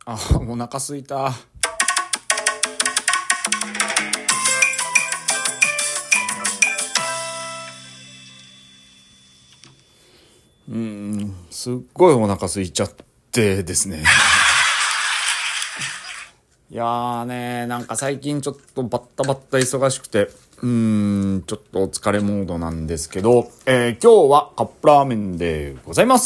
お腹すいた。すっごいお腹空いちゃってですね。いやーね、なんか最近ちょっとバッタバッタ忙しくて、ちょっとお疲れモードなんですけど、今日はカップラーメンでございます。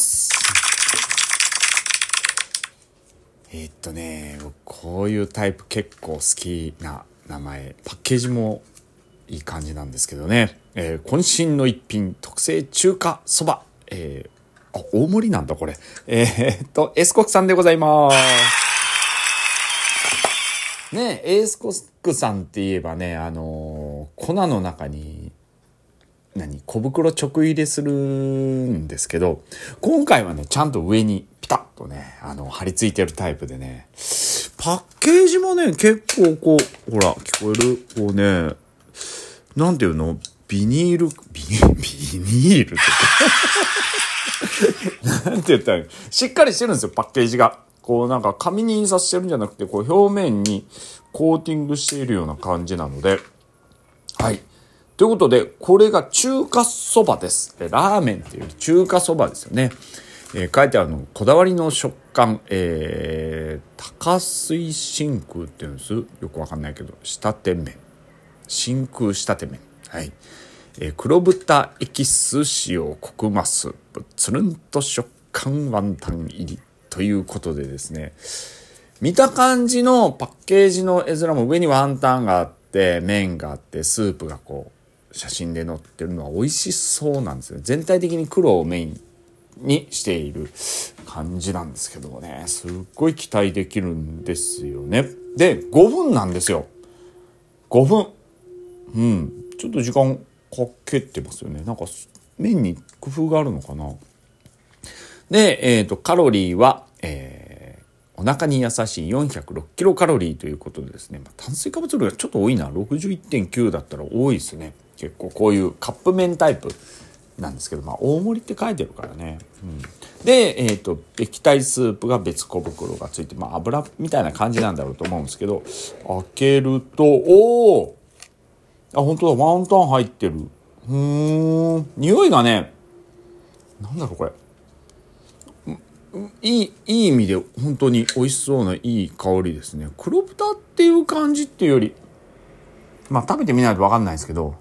こういうタイプ結構好きな名前、パッケージもいい感じなんですけどね。渾身の一品特製中華そば、大盛りなんだこれ。エースコックさんでございます。ねエースコックさんって言えばね、粉の中に小袋直入れするんですけど、今回はねちゃんと上にピタッとね貼り付いてるタイプでね、パッケージもね結構こうほら聞こえるこうね、なんていうの、ビニールとかなんて言ったらしっかりしてるんですよ、パッケージが。こうなんか紙に印刷してるんじゃなくて、こう表面にコーティングしているような感じなので、はい。ということで、これが中華そばです。ラーメンっていう中華そばですよね。書いてあるの、こだわりの食感、高水真空っていうんです。よくわかんないけど、仕立て麺。真空仕立て麺。はい。黒豚エキス使用コクマスープ、つるんと食感ワンタン入りということでですね、見た感じのパッケージの絵面も上にワンタンがあって麺があってスープがこう写真で載ってるのは美味しそうなんですよ。全体的に黒をメインにしている感じなんですけどもね、すっごい期待できるんですよね。で5分なんですよ。5分。ちょっと時間かけてますよね。なんか麺に工夫があるのかな。で、カロリーは、お腹に優しい406キロカロリーということでですね、炭水化物量がちょっと多いな。61.9 だったら多いですね。結構こういうカップ麺タイプなんですけど、大盛りって書いてるからね。で、液体スープが別小袋がついて、油みたいな感じなんだろうと思うんですけど、開けると、本当だ、ワンタン入ってる。匂いがね、なんだろうこれ。いい意味で本当に美味しそうないい香りですね。黒豚っていう感じっていうより、食べてみないと分かんないですけど、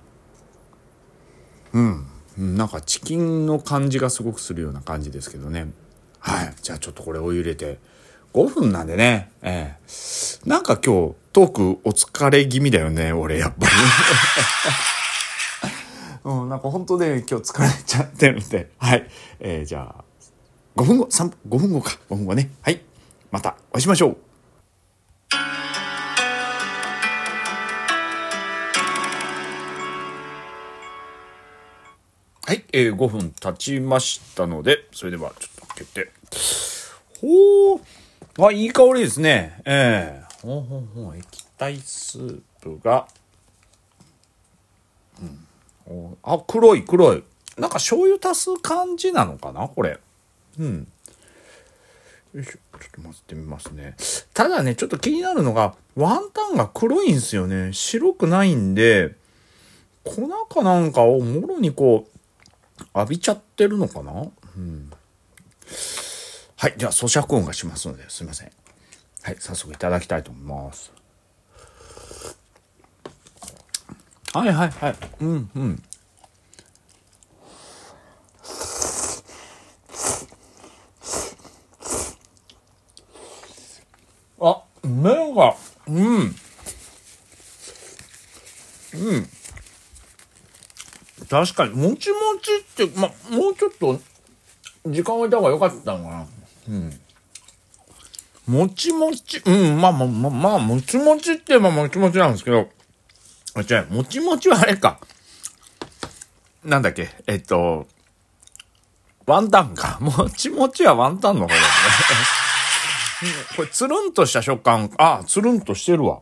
なんかチキンの感じがすごくするような感じですけどね。はい。じゃあちょっとこれお湯入れて5分なんでね。なんか今日トークお疲れ気味だよね。俺やっぱり。なんか本当ね今日疲れちゃってるんで。はい。じゃあ5分後か。5分後ね。はい。またお会いしましょう。はい、5分経ちましたので、それではちょっと開けて。いい香りですね。液体スープが、黒い。なんか醤油足す感じなのかな、これ。よいしょ、ちょっと混ぜてみますね。ただね、ちょっと気になるのが、ワンタンが黒いんですよね。白くないんで、粉かなんかをもろにこう、浴びちゃってるのかな。はい、じゃあ咀嚼音がしますので、すいません。はい、早速いただきたいと思います。はい。麺が、確かに、もちもちって、もうちょっと、時間置いた方が良かったのかな。もちもち、もちもちって言えばもちもちなんですけど、もちもちはあれか。なんだっけ、ワンタンか。もちもちはワンタンの方ですね。これ、つるんとした食感。つるんとしてるわ。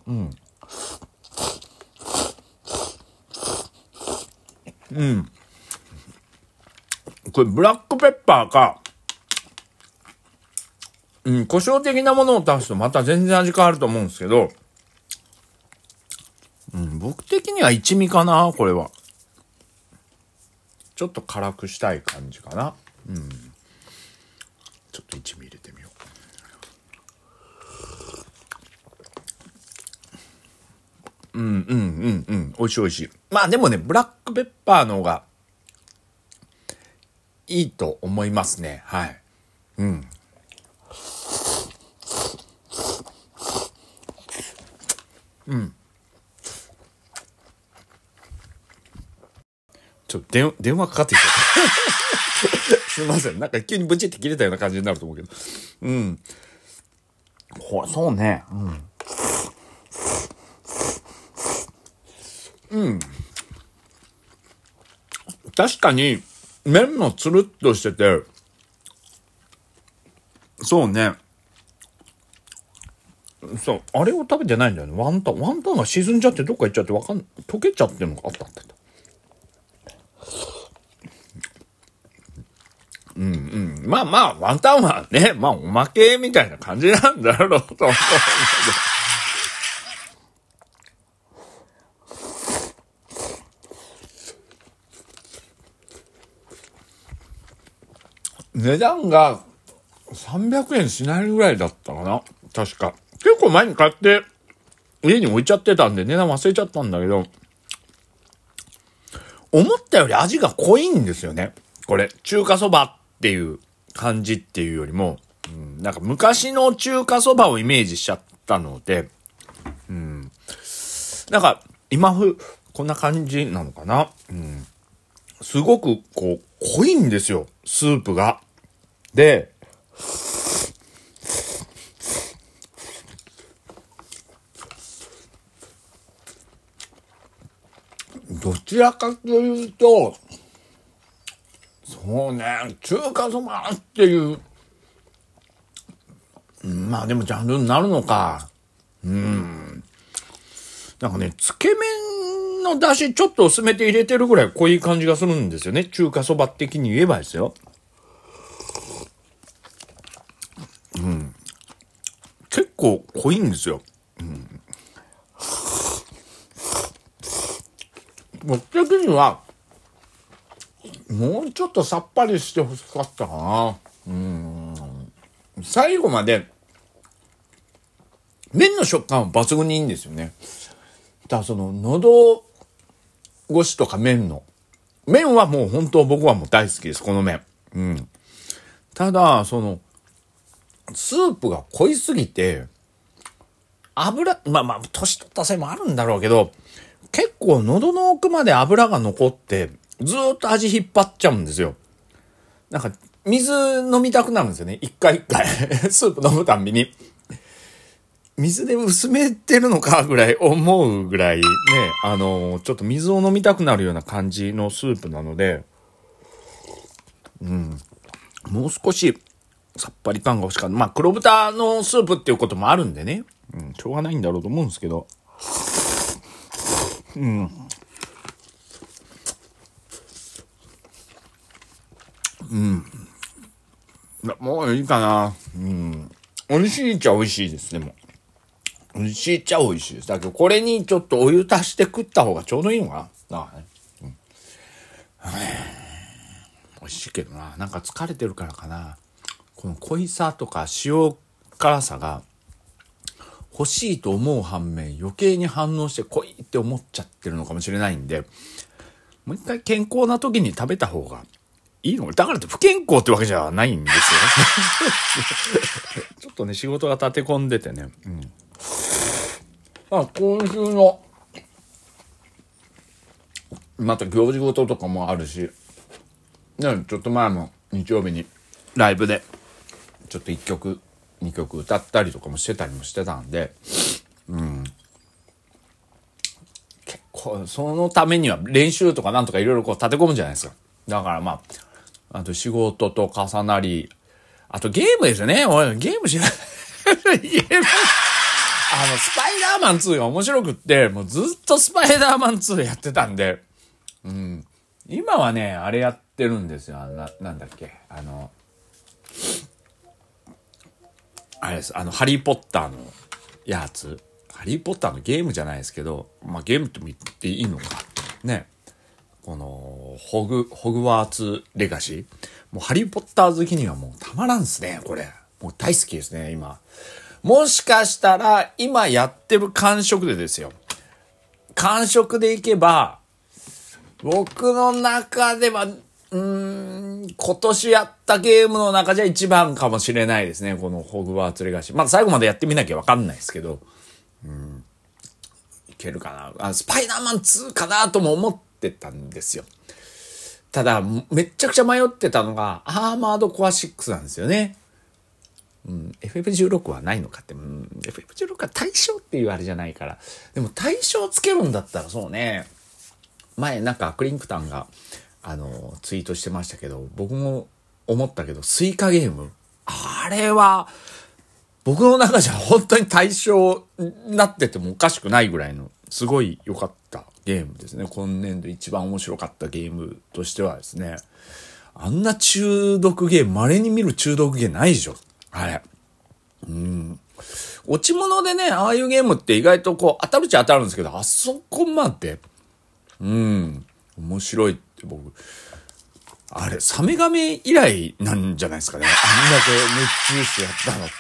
これ、ブラックペッパーか、 胡椒的なものを足すとまた全然味変わると思うんですけど、僕的には一味かな、これは。ちょっと辛くしたい感じかな。ちょっと一味入れてみよう。美味しい美味しい。まあでもね、ブラックペッパーの方がいいと思いますね。はい。ちょっと電話かかってきちゃった。すいません。なんか急にブチって切れたような感じになると思うけど。そうね。確かに、麺もつるっとしてて、そうね。そう、あれを食べてないんだよね。ワンタンが沈んじゃってどっか行っちゃって溶けちゃってるのがあった。まあ、ワンタンはね、まあ、おまけみたいな感じなんだろうと思うんだけど。値段が300円しないぐらいだったかな。確か。結構前に買って家に置いちゃってたんで値段忘れちゃったんだけど、思ったより味が濃いんですよね。これ、中華そばっていう感じっていうよりも、なんか昔の中華そばをイメージしちゃったので、なんか今こんな感じなのかな。すごくこう濃いんですよ、スープが。で、どちらかというと、そうね、中華そばっていう、まあでもジャンルになるのか。なんかね、つけ麺の出汁ちょっと薄めて入れてるぐらい濃い感じがするんですよね。中華そば的に言えばですよ。結構濃いんですよ。僕的には、もうちょっとさっぱりしてほしかったかな。最後まで、麺の食感は抜群にいいんですよね。ただその、喉越しとか麺はもう本当僕はもう大好きです、この麺。ただ、その、スープが濃いすぎて、まあ、年取ったせいもあるんだろうけど、結構喉の奥まで油が残って、ずーっと味引っ張っちゃうんですよ。なんか、水飲みたくなるんですよね。一回スープ飲むたんびに。水で薄めてるのかぐらい思うぐらいね、ちょっと水を飲みたくなるような感じのスープなので、もう少しさっぱり感が欲しかった。まあ、黒豚のスープっていうこともあるんでね、しょうがないんだろうと思うんですけど、もういいかな。美味しいっちゃ美味しいです。でも美味しいっちゃ美味しいです。だけどこれにちょっとお湯足して食った方がちょうどいいのかな。だからね、美味しいけどな。なんか疲れてるからかな。この濃いさとか塩辛さが欲しいと思う反面、余計に反応して濃いって思っちゃってるのかもしれないんで、もう一回健康な時に食べた方がいいの。だからって不健康ってわけじゃないんですよね。ちょっとね、仕事が立て込んでてね。今週のまた行事事とかもあるし、ね、ちょっと前も日曜日にライブでちょっと1曲2曲歌ったりとかもしてたりもしてたんで、結構そのためには練習とかなんとかいろいろこう立て込むじゃないですか。だからまあ、あと仕事と重なり、あとゲームですよね。俺ゲームしない。ゲームスパイダーマン2が面白くって、もうずっとスパイダーマン2やってたんで、今はね、あれやってるんですよ。なんだっけ。 あれです。ハリーポッターのやつ。ハリーポッターのゲームじゃないですけど、まあゲームっても言っていいのか。ね。この、ホグワーツレガシー。もうハリーポッター好きにはもうたまらんっすね、これ。もう大好きですね、今。もしかしたら、今やってる感触でですよ。感触でいけば、僕の中では、今年やったゲームの中じゃ一番かもしれないですね。このホグワーツレガシー。まあ最後までやってみなきゃわかんないですけど、いけるかな。スパイダーマン2かなとも思ってたんですよ。ただ、めっちゃくちゃ迷ってたのが、アーマードコア6なんですよね。FF16 はないのかって、FF16 は対象っていうあれじゃないから。でも対象つけるんだったらそうね。前なんかクリンクタンが、ツイートしてましたけど、僕も思ったけど、スイカゲーム。あれは、僕の中じゃ本当に対象になっててもおかしくないぐらいの、すごい良かったゲームですね。今年度一番面白かったゲームとしてはですね。あんな中毒ゲーム、稀に見る中毒ゲームないでしょ。あれ。落ち物でね、ああいうゲームって意外とこう、当たるっちゃ当たるんですけど、あそこまで、面白いって僕、あれ、サメガメ以来なんじゃないですかね。あんだけ熱中してやったのって。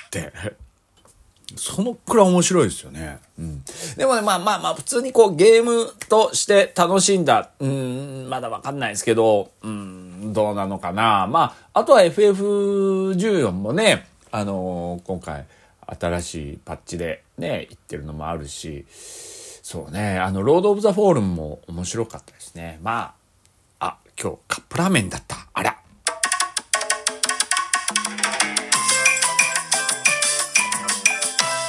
そのくらい面白いですよね。でもね、まあ、普通にこうゲームとして楽しんだ、まだわかんないですけど、どうなのかな。まあ、あとは FF14 もね、今回新しいパッチでね、言ってるのもあるし、そうね、ロード・オブ・ザ・フォールンも面白かったですね。まあ、今日カップラーメンだった。